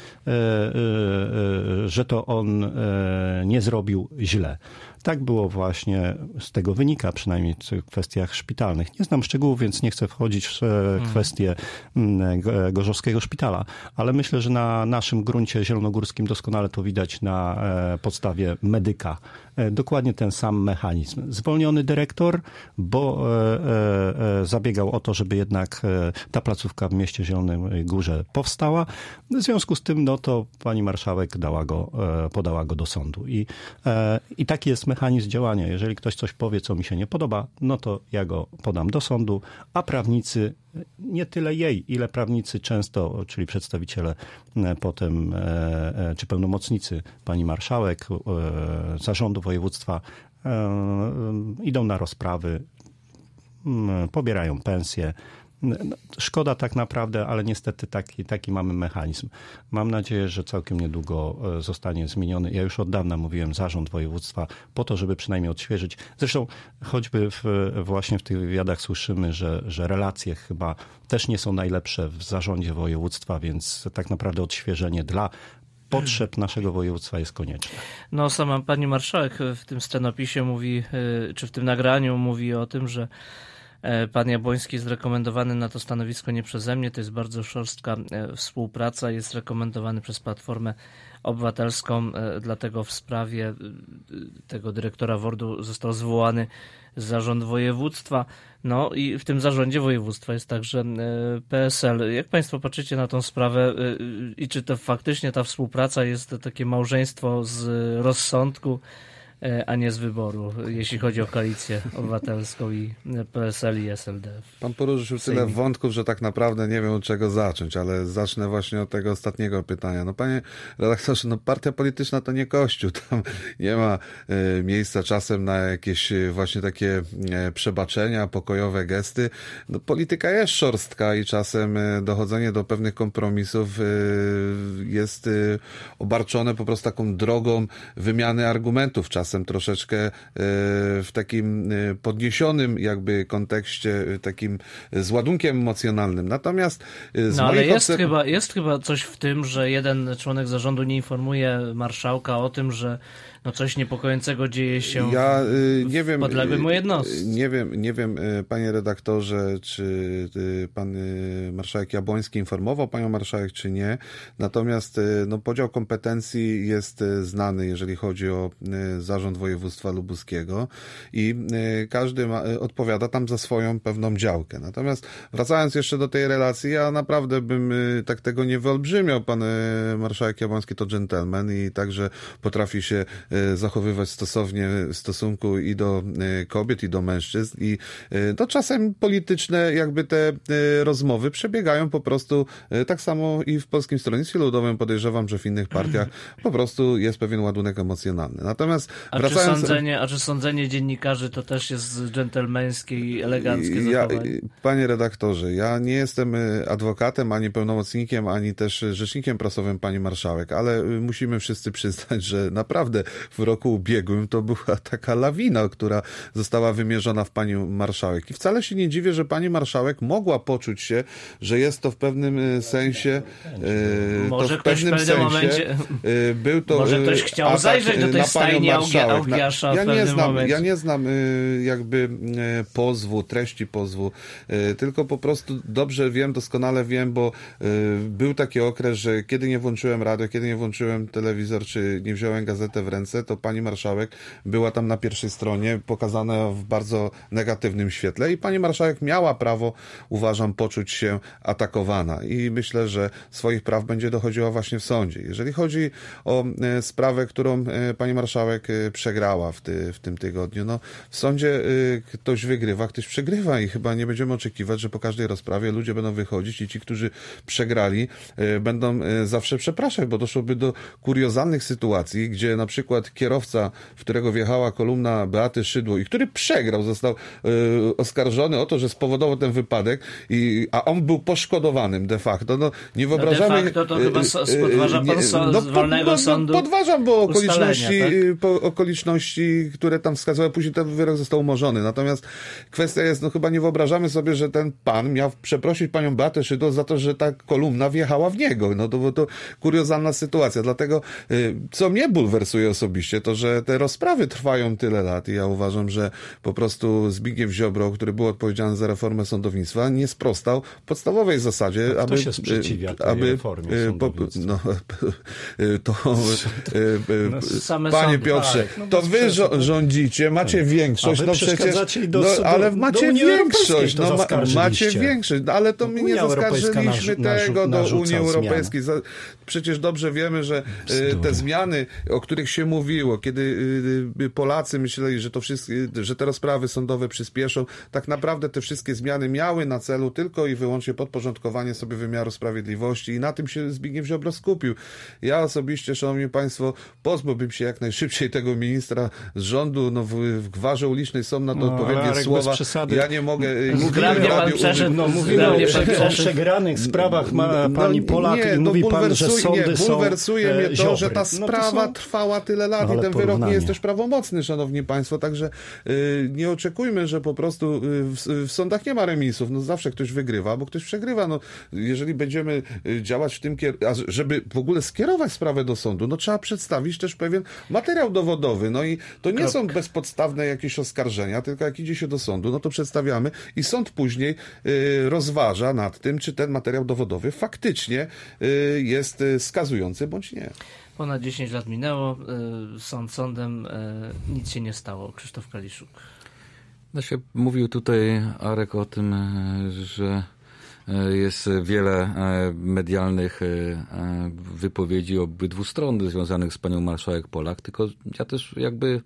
że to on nie zrobił źle. Tak było właśnie, z tego wynika przynajmniej w kwestiach szpitalnych. Nie znam szczegółów, więc nie chcę wchodzić w kwestię Gorzowskiego Szpitala, ale myślę, że na naszym gruncie zielonogórskim doskonale to widać na podstawie medyka. Dokładnie ten sam mechanizm. Zwolniony dyrektor, bo zabiegał o to, żeby jednak ta placówka w mieście Zielonej Górze powstała. W związku z tym, no to pani marszałek podała go do sądu. I taki jest mechanizm działania. Jeżeli ktoś coś powie, co mi się nie podoba, no to ja go podam do sądu, a prawnicy nie tyle jej, ile prawnicy często, czyli przedstawiciele potem, czy pełnomocnicy pani marszałek, zarządu województwa, idą na rozprawy, pobierają pensje. Szkoda tak naprawdę, ale niestety taki mamy mechanizm. Mam nadzieję, że całkiem niedługo zostanie zmieniony. Ja już od dawna mówiłem zarząd województwa po to, żeby przynajmniej odświeżyć. Zresztą choćby właśnie w tych wywiadach słyszymy, że relacje chyba też nie są najlepsze w zarządzie województwa, więc tak naprawdę odświeżenie dla potrzeb naszego województwa jest konieczne. No sama pani marszałek w tym scenopisie mówi, czy w tym nagraniu mówi o tym, że pan Jabłoński jest rekomendowany na to stanowisko nie przeze mnie, to jest bardzo szorstka współpraca, jest rekomendowany przez Platformę Obywatelską, dlatego w sprawie tego dyrektora WORD-u został zwołany zarząd województwa. No i w tym zarządzie województwa jest także PSL. Jak państwo patrzycie na tą sprawę i czy to faktycznie ta współpraca jest takie małżeństwo z rozsądku, a nie z wyboru, jeśli chodzi o Koalicję Obywatelską i PSL i SLD. Pan poruszył tyle wątków, że tak naprawdę nie wiem, od czego zacząć, ale zacznę właśnie od tego ostatniego pytania. No panie redaktorze, no partia polityczna to nie Kościół, tam nie ma miejsca czasem na jakieś właśnie takie przebaczenia, pokojowe gesty. No polityka jest szorstka i czasem dochodzenie do pewnych kompromisów jest obarczone po prostu taką drogą wymiany argumentów, czasem troszeczkę w takim podniesionym jakby kontekście, takim z ładunkiem emocjonalnym. Natomiast ale jest chyba coś w tym, że jeden członek zarządu nie informuje marszałka o tym, że no coś niepokojącego dzieje się w podległej mu jednostce. Nie wiem, panie redaktorze, czy pan marszałek Jabłoński informował panią marszałek, czy nie. Natomiast no, podział kompetencji jest znany, jeżeli chodzi o zarząd województwa lubuskiego i każdy odpowiada tam za swoją pewną działkę. Natomiast wracając jeszcze do tej relacji, ja naprawdę bym tak tego nie wyolbrzymiał. Pan marszałek Jabłoński to dżentelmen i także potrafi się zachowywać stosownie w stosunku i do kobiet, i do mężczyzn i to czasem polityczne jakby te rozmowy przebiegają po prostu tak samo i w Polskim Stronnictwie Ludowym, podejrzewam, że w innych partiach po prostu jest pewien ładunek emocjonalny. Natomiast czy sądzenie dziennikarzy to też jest dżentelmeńskie i eleganckie zachowanie? Panie redaktorze, ja nie jestem adwokatem, ani pełnomocnikiem, ani też rzecznikiem prasowym pani marszałek, ale musimy wszyscy przyznać, że naprawdę w roku ubiegłym to była taka lawina, która została wymierzona w pani marszałek. I wcale się nie dziwię, że pani marszałek mogła poczuć się, że jest to w pewnym sensie może ktoś w pewnym momencie był to może ktoś chciał zajrzeć do tej stajni Augiasza w pewnym momencie. Ja nie znam jakby treści pozwu, tylko po prostu doskonale wiem, bo był taki okres, że kiedy nie włączyłem radio, kiedy nie włączyłem telewizor, czy nie wziąłem gazetę w ręce, to pani marszałek była tam na pierwszej stronie, pokazana w bardzo negatywnym świetle i pani marszałek miała prawo, uważam, poczuć się atakowana i myślę, że swoich praw będzie dochodziła właśnie w sądzie. Jeżeli chodzi o sprawę, którą pani marszałek przegrała w tym tygodniu, no w sądzie ktoś wygrywa, ktoś przegrywa i chyba nie będziemy oczekiwać, że po każdej rozprawie ludzie będą wychodzić i ci, którzy przegrali, będą zawsze przepraszać, bo doszłoby do kuriozalnych sytuacji, gdzie na przykład kierowca, w którego wjechała kolumna Beaty Szydło i który przegrał, został oskarżony o to, że spowodował ten wypadek, a on był poszkodowanym de facto. No, nie wyobrażamy... De facto to chyba podważa pan wolnego sądu. Podważam, bo okoliczności, które tam wskazały, później ten wyrok został umorzony. Natomiast kwestia jest, no chyba nie wyobrażamy sobie, że ten pan miał przeprosić panią Beatę Szydło za to, że ta kolumna wjechała w niego. No to kuriozalna sytuacja. Dlatego, co mnie bulwersuje osobiście, to, że te rozprawy trwają tyle lat i ja uważam, że po prostu Zbigniew Ziobro, który był odpowiedzialny za reformę sądownictwa, nie sprostał podstawowej zasadzie, Kto się sprzeciwia tej reformie sądownictwa? Panie Piotrze, to wy rządzicie, macie większość, no przecież, ale macie większość, macie większość, ale to my nie zaskarżyliśmy tego do Unii Europejskiej. Przecież dobrze wiemy, że te zmiany, o których się mówiło, kiedy Polacy myśleli, że te rozprawy sądowe przyspieszą, tak naprawdę te wszystkie zmiany miały na celu tylko i wyłącznie podporządkowanie sobie wymiaru sprawiedliwości i na tym się Zbigniew Ziobro skupił. Ja osobiście, szanowni państwo, pozbyłbym się jak najszybciej tego ministra z rządu. No w gwarze ulicznej są na to odpowiednie słowa. Ja nie mogę... Mówimy o przegranych sprawach pani Polak i mówi pan, że sądy są bulwersuje mnie to, że ta sprawa trwała tyle lat i ten wyrok nie jest też prawomocny, szanowni państwo, także nie oczekujmy, że po prostu w sądach nie ma remisów. No zawsze ktoś wygrywa, albo ktoś przegrywa. No, jeżeli będziemy działać w tym kierunku, a żeby w ogóle skierować sprawę do sądu, no trzeba przedstawić też pewien materiał dowodowy. No i to nie są bezpodstawne jakieś oskarżenia, tylko jak idzie się do sądu, no to przedstawiamy i sąd później rozważa nad tym, czy ten materiał dowodowy faktycznie jest skazujący, bądź nie. Ponad 10 lat minęło, sąd sądem, nic się nie stało. Krzysztof Kaliszuk. Mówił tutaj Arek o tym, że jest wiele medialnych wypowiedzi obydwu stron związanych z panią marszałek Polak, tylko ja też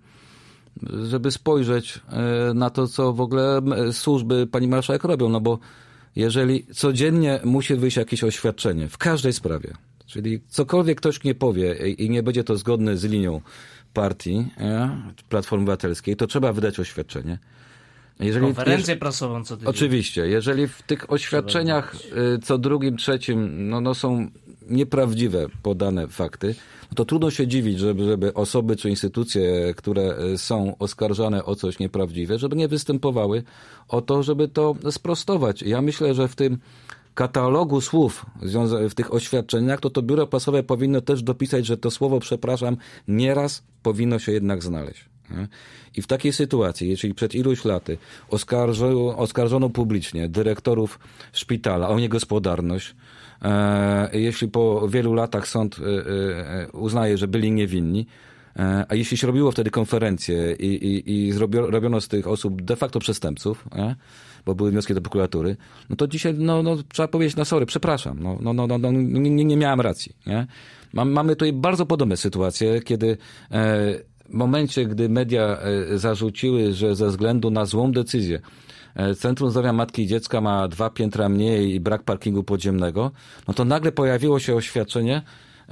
żeby spojrzeć na to, co w ogóle służby pani marszałek robią, no bo jeżeli codziennie musi wyjść jakieś oświadczenie w każdej sprawie, czyli cokolwiek ktoś nie powie i nie będzie to zgodne z linią partii Platformy Obywatelskiej, to trzeba wydać oświadczenie. Konferencję prasową co tydzień. Oczywiście. Jeżeli w tych oświadczeniach co drugim, trzecim są nieprawdziwe podane fakty, to trudno się dziwić, żeby osoby czy instytucje, które są oskarżane o coś nieprawdziwe, żeby nie występowały o to, żeby to sprostować. Ja myślę, że w tym katalogu słów w tych oświadczeniach, to biuro prasowe powinno też dopisać, że to słowo przepraszam nieraz powinno się jednak znaleźć. I w takiej sytuacji, jeśli przed iluś laty oskarżono publicznie dyrektorów szpitala o niegospodarność, jeśli po wielu latach sąd uznaje, że byli niewinni, a jeśli się robiło wtedy konferencje i robiono z tych osób de facto przestępców, bo były wnioski do prokuratury, no to dzisiaj trzeba powiedzieć, sorry, przepraszam, nie miałem racji. Nie? Mamy tutaj bardzo podobne sytuacje, kiedy w momencie, gdy media zarzuciły, że ze względu na złą decyzję Centrum Zdrowia Matki i Dziecka ma 2 piętra mniej i brak parkingu podziemnego, no to nagle pojawiło się oświadczenie,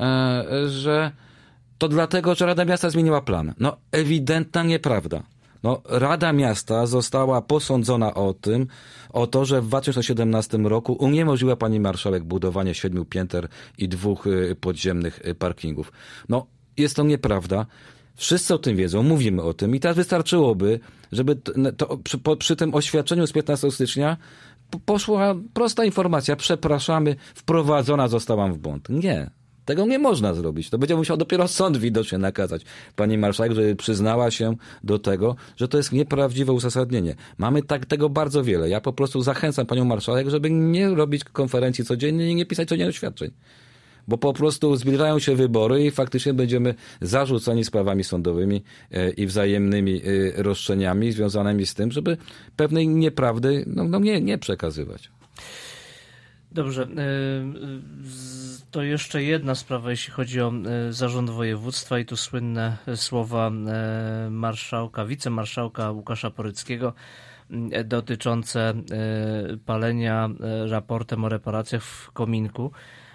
że to dlatego, że Rada Miasta zmieniła plan. No ewidentna nieprawda. Rada Miasta została posądzona o to, że w 2017 roku uniemożliwiła pani marszałek budowanie 7 pięter i 2 podziemnych parkingów. Jest to nieprawda. Wszyscy o tym wiedzą, mówimy o tym i teraz wystarczyłoby, żeby przy tym oświadczeniu z 15 stycznia poszła prosta informacja, przepraszamy, wprowadzona zostałam w błąd. Nie, tego nie można zrobić. To będzie musiał dopiero sąd widocznie nakazać pani marszałek, żeby przyznała się do tego, że to jest nieprawdziwe uzasadnienie. Mamy tego bardzo wiele. Ja po prostu zachęcam panią marszałek, żeby nie robić konferencji codziennie i nie pisać codziennie oświadczeń. Bo po prostu zbliżają się wybory i faktycznie będziemy zarzucani sprawami sądowymi i wzajemnymi roszczeniami związanymi z tym, żeby pewnej nieprawdy nie przekazywać. Dobrze. To jeszcze jedna sprawa, jeśli chodzi o zarząd województwa i tu słynne słowa wicemarszałka Łukasza Poryckiego dotyczące palenia raportem o reparacjach w kominku.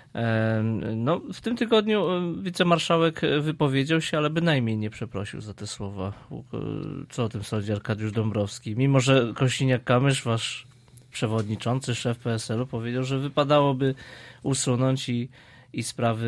W tym tygodniu wicemarszałek wypowiedział się, ale bynajmniej nie przeprosił za te słowa. Co o tym sądzi Arkadiusz Dąbrowski? Mimo że Kośniak-Kamysz, wasz przewodniczący, szef PSL-u, powiedział, że wypadałoby usunąć i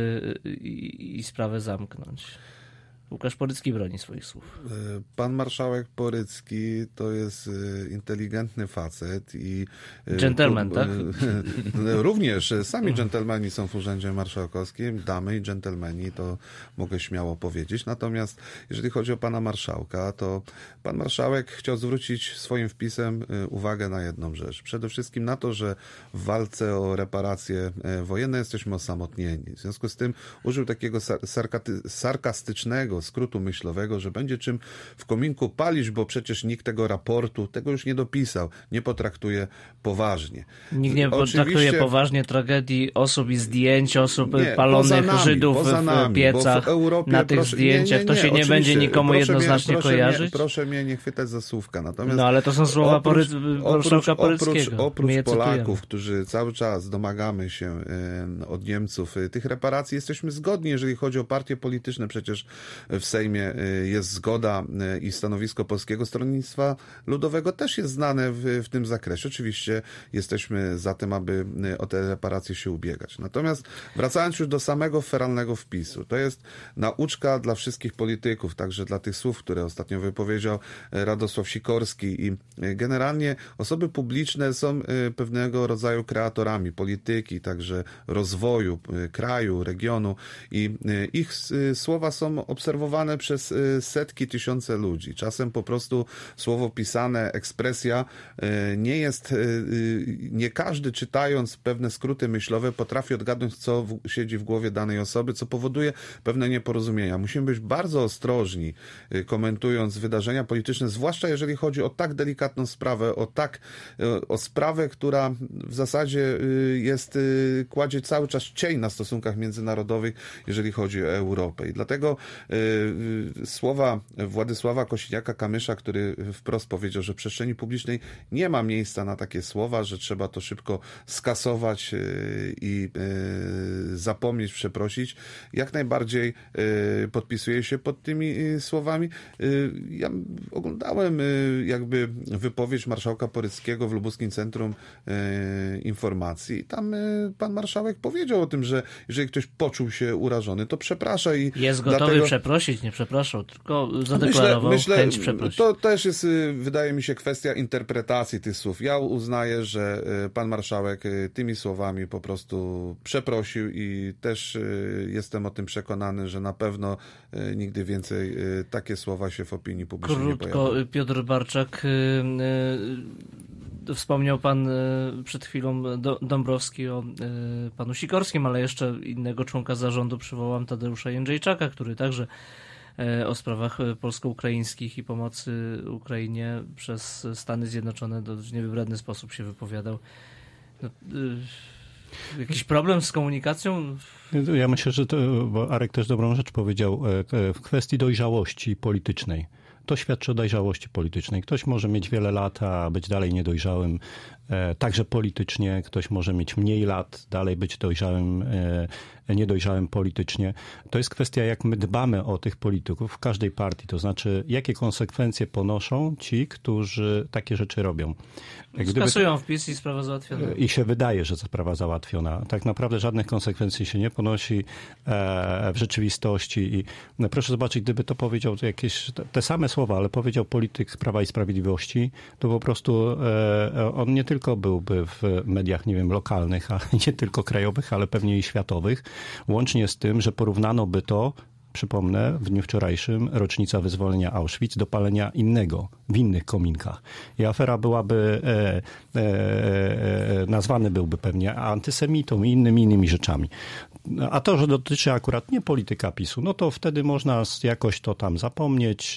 sprawę zamknąć. Łukasz Porycki broni swoich słów. Pan marszałek Porycki to jest inteligentny facet i... Dżentelmen, tak? Również sami dżentelmeni są w urzędzie marszałkowskim, damy i dżentelmeni, to mogę śmiało powiedzieć. Natomiast jeżeli chodzi o pana marszałka, to pan marszałek chciał zwrócić swoim wpisem uwagę na jedną rzecz. Przede wszystkim na to, że w walce o reparacje wojenne jesteśmy osamotnieni. W związku z tym użył takiego sarkastycznego takiego skrótu myślowego, że będzie czym w kominku palić, bo przecież nikt tego raportu, tego już nie dopisał, nie potraktuje poważnie. Nikt nie potraktuje poważnie tragedii osób i zdjęć osób palonych Żydów w piecach na tych zdjęciach. To się nie będzie nikomu jednoznacznie kojarzyć? Proszę mnie nie chwytać za słówka. Natomiast ale to są słowa marszałka Poryckiego. Oprócz Polaków, którzy cały czas domagamy się od Niemców tych reparacji, jesteśmy zgodni, jeżeli chodzi o partie polityczne. Przecież w Sejmie jest zgoda i stanowisko Polskiego Stronnictwa Ludowego też jest znane w tym zakresie. Oczywiście jesteśmy za tym, aby o te reparacje się ubiegać. Natomiast wracając już do samego feralnego wpisu, to jest nauczka dla wszystkich polityków, także dla tych słów, które ostatnio wypowiedział Radosław Sikorski, i generalnie osoby publiczne są pewnego rodzaju kreatorami polityki, także rozwoju kraju, regionu, i ich słowa są obserwowane przez setki, tysiące ludzi. Czasem po prostu słowo pisane, ekspresja nie każdy, czytając pewne skróty myślowe, potrafi odgadnąć, co siedzi w głowie danej osoby, co powoduje pewne nieporozumienia. Musimy być bardzo ostrożni, komentując wydarzenia polityczne, zwłaszcza jeżeli chodzi o tak delikatną sprawę, o sprawę, która w zasadzie kładzie cały czas cień na stosunkach międzynarodowych, jeżeli chodzi o Europę. I dlatego słowa Władysława Kosiniaka-Kamysza, który wprost powiedział, że w przestrzeni publicznej nie ma miejsca na takie słowa, że trzeba to szybko skasować i zapomnieć, przeprosić. Jak najbardziej podpisuję się pod tymi słowami. Ja oglądałem jakby wypowiedź marszałka Poryckiego w Lubuskim Centrum Informacji i tam pan marszałek powiedział o tym, że jeżeli ktoś poczuł się urażony, to przeprasza i jest gotowy przeprosić, nie przepraszał, tylko zadeklarował chęć przeprosić. To też jest, wydaje mi się, kwestia interpretacji tych słów. Ja uznaję, że pan marszałek tymi słowami po prostu przeprosił i też jestem o tym przekonany, że na pewno nigdy więcej takie słowa się w opinii publicznej nie pojawią. Piotr Barczak, wspomniał pan przed chwilą Dąbrowski o panu Sikorskim, ale jeszcze innego członka zarządu przywołam, Tadeusza Jędrzejczaka, który także o sprawach polsko-ukraińskich i pomocy Ukrainie przez Stany Zjednoczone w dość niewybredny sposób się wypowiadał. Jakiś problem z komunikacją? Ja myślę, że bo Arek też dobrą rzecz powiedział w kwestii dojrzałości politycznej. To świadczy o dojrzałości politycznej. Ktoś może mieć wiele lat, a być dalej niedojrzałym, także politycznie. Ktoś może mieć mniej lat, dalej być niedojrzałym politycznie. To jest kwestia, jak my dbamy o tych polityków w każdej partii. To znaczy, jakie konsekwencje ponoszą ci, którzy takie rzeczy robią. Skasują wpis i sprawa załatwiona. I się wydaje, że sprawa załatwiona. Tak naprawdę żadnych konsekwencji się nie ponosi w rzeczywistości. I proszę zobaczyć, gdyby to powiedział jakieś te same słowa, ale powiedział polityk z Prawa i Sprawiedliwości, to po prostu on nie tylko byłby w mediach, nie wiem, lokalnych, a nie tylko krajowych, ale pewnie i światowych, łącznie z tym, że porównano by to, przypomnę, w dniu wczorajszym rocznica wyzwolenia Auschwitz do palenia w innych kominkach. I afera byłaby, nazwany byłby pewnie antysemitą i innymi rzeczami. A to, że dotyczy akurat nie polityka PiS-u, no to wtedy można jakoś to tam zapomnieć,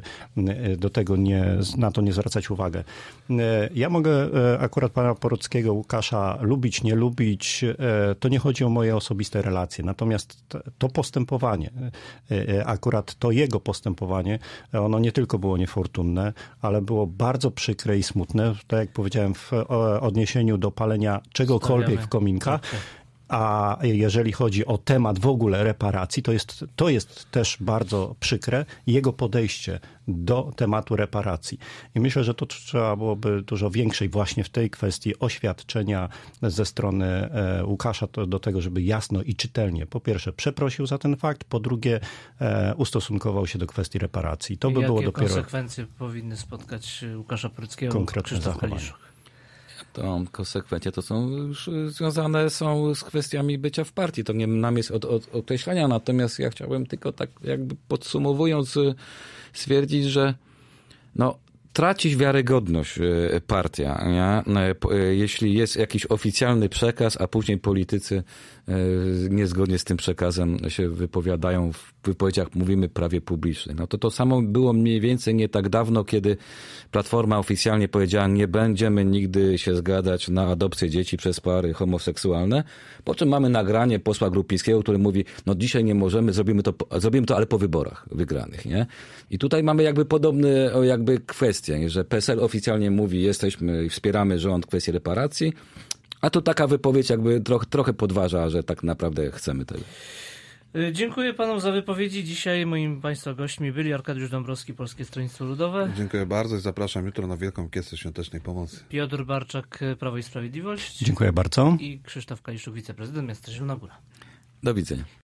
na to nie zwracać uwagi. Ja mogę akurat pana Porockiego, Łukasza, lubić, nie lubić, to nie chodzi o moje osobiste relacje. Natomiast to postępowanie, akurat to jego postępowanie, ono nie tylko było niefortunne, ale było bardzo przykre i smutne, tak jak powiedziałem, w odniesieniu do palenia czegokolwiek w kominkach. A jeżeli chodzi o temat w ogóle reparacji, to jest też bardzo przykre jego podejście do tematu reparacji. I myślę, że to trzeba byłoby dużo większej właśnie w tej kwestii oświadczenia ze strony Łukasza do tego, żeby jasno i czytelnie po pierwsze przeprosił za ten fakt, po drugie ustosunkował się do kwestii reparacji. To by było dopiero... Jakie konsekwencje powinny spotkać Łukasza Poryckiego? Konkretne zachowanie. To konsekwencje to są już związane są z kwestiami bycia w partii. To nie nam jest od określenia, natomiast ja chciałem tylko tak jakby podsumowując stwierdzić, że traci wiarygodność partia, nie? Jeśli jest jakiś oficjalny przekaz, a później politycy niezgodnie z tym przekazem się wypowiadają w wypowiedziach mówimy prawie publicznych. No to samo było mniej więcej nie tak dawno, kiedy Platforma oficjalnie powiedziała, nie będziemy nigdy się zgadzać na adopcję dzieci przez pary homoseksualne, po czym mamy nagranie posła Grupińskiego, który mówi, no dzisiaj nie możemy, zrobimy to ale po wyborach wygranych, nie? I tutaj mamy jakby podobne kwestie, że PSL oficjalnie mówi, jesteśmy i wspieramy rząd w kwestii reparacji, a tu taka wypowiedź jakby trochę podważa, że tak naprawdę chcemy tego. Dziękuję panom za wypowiedzi. Dzisiaj moimi państwa gośćmi byli Arkadiusz Dąbrowski, Polskie Stronnictwo Ludowe. Dziękuję bardzo i zapraszam jutro na Wielką Orkiestrę Świątecznej Pomocy. Piotr Barczak, Prawo i Sprawiedliwość. Dziękuję bardzo. I Krzysztof Kaliszuk, wiceprezydent miasta Zielona Góra. Do widzenia.